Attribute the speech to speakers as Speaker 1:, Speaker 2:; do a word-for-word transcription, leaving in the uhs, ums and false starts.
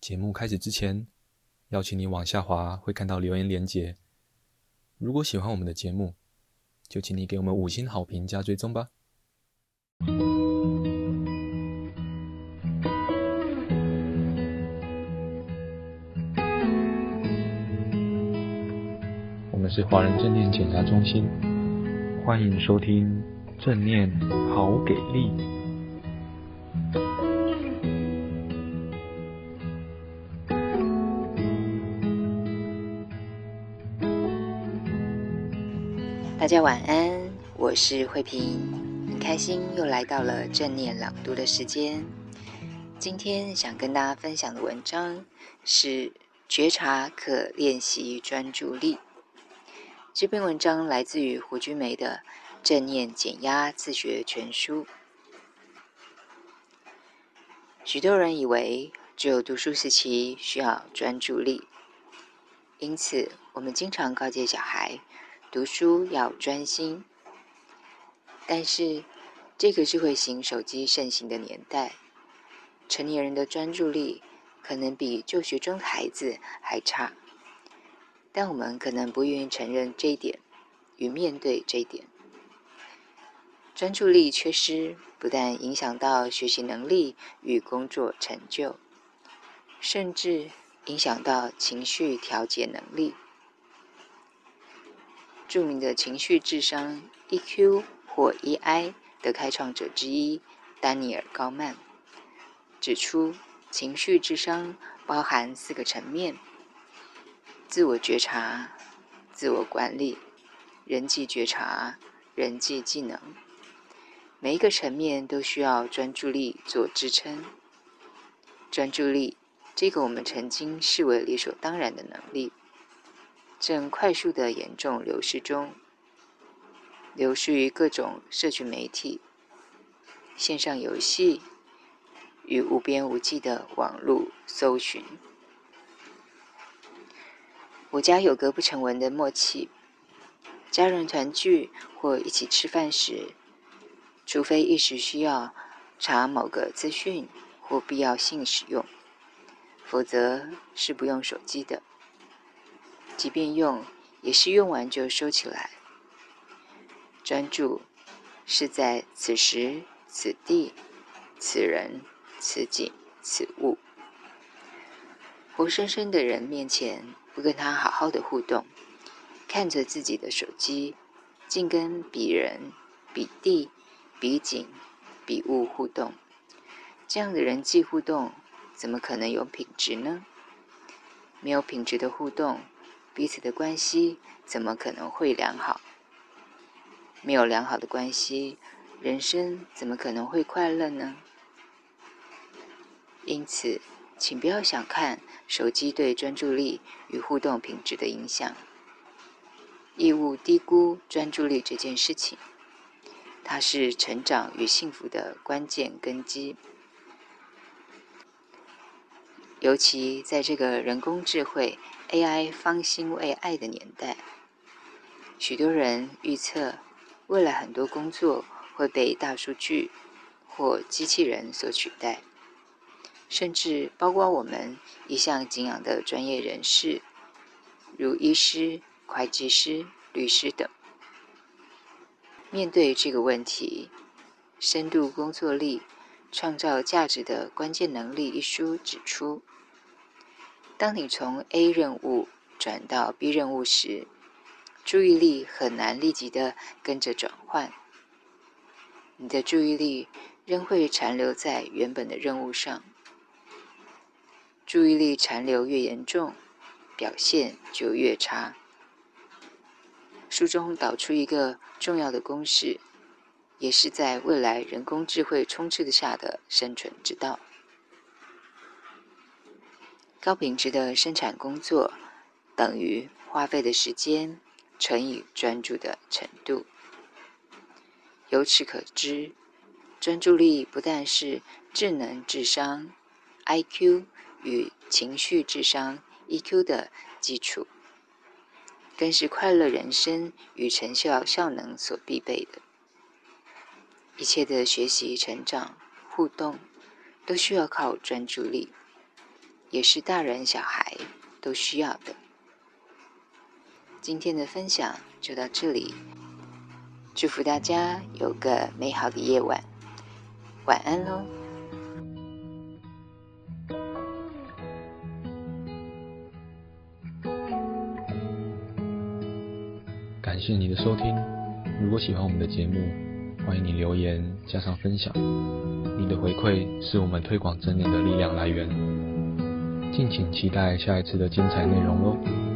Speaker 1: 节目开始之前，邀请你往下滑，会看到留言连结。如果喜欢我们的节目，就请你给我们五星好评加追踪吧。我们是华人正念减压中心，欢迎收听正念好给力。
Speaker 2: 大家晚安，我是慧萍，很开心又来到了正念朗读的时间。今天想跟大家分享的文章是觉察可练习专注力。这篇文章来自于胡君梅的《正念减压自学全书》。许多人以为只有读书时期需要专注力，因此我们经常告诫小孩读书要专心。但是这个智慧型手机盛行的年代，成年人的专注力可能比就学中的孩子还差，但我们可能不愿意承认这一点与面对这一点。专注力缺失不但影响到学习能力与工作成就，甚至影响到情绪调节能力。著名的情绪智商 E Q 或 E I 的开创者之一丹尼尔·高曼指出，情绪智商包含四个层面：自我觉察、自我管理、人际觉察、人际技能。每一个层面都需要专注力做支撑。专注力，这个我们曾经视为理所当然的能力，正快速的严重流失中，流失于各种社群媒体、线上游戏与无边无际的网络搜寻。我家有个不成文的默契，家人团聚或一起吃饭时，除非一时需要查某个资讯或必要性使用，否则是不用手机的。即便用，也是用完就收起来。专注是在此时此地此人此景此物，活生生的人面前，不跟他好好的互动，看着自己的手机，竟跟彼人彼地彼景彼物互动，这样的人际互动怎么可能有品质呢？没有品质的互动，彼此的关系怎么可能会良好？没有良好的关系，人生怎么可能会快乐呢？因此，请不要小看手机对专注力与互动品质的影响，亦勿低估专注力这件事情。它是成长与幸福的关键根基。尤其在这个人工智慧 A I 方兴未艾的年代，许多人预测未来很多工作会被大数据或机器人所取代，甚至包括我们一向敬仰的专业人士，如医师、会计师、律师等。面对这个问题，《深度工作力：创造价值的关键能力》一书指出，当你从 A 任务转到 B 任务时，注意力很难立即的跟着转换，你的注意力仍会残留在原本的任务上。注意力残留越严重，表现就越差。书中导出一个重要的公式，也是在未来人工智慧充斥下的生存之道。高品质的生产工作等于花费的时间乘以专注的程度。由此可知，专注力不但是智能智商 I Q 与情绪智商 E Q 的基础，更是快乐人生与成效效能所必备的。一切的学习、成长、互动，都需要靠专注力。 也是大人小孩都需要的。今天的分享就到这里，祝福大家有个美好的夜晚，晚安喽。
Speaker 1: 感谢你的收听，如果喜欢我们的节目，欢迎你留言加上分享，你的回馈是我们推广真言的力量来源。敬请期待下一次的精彩内容喽。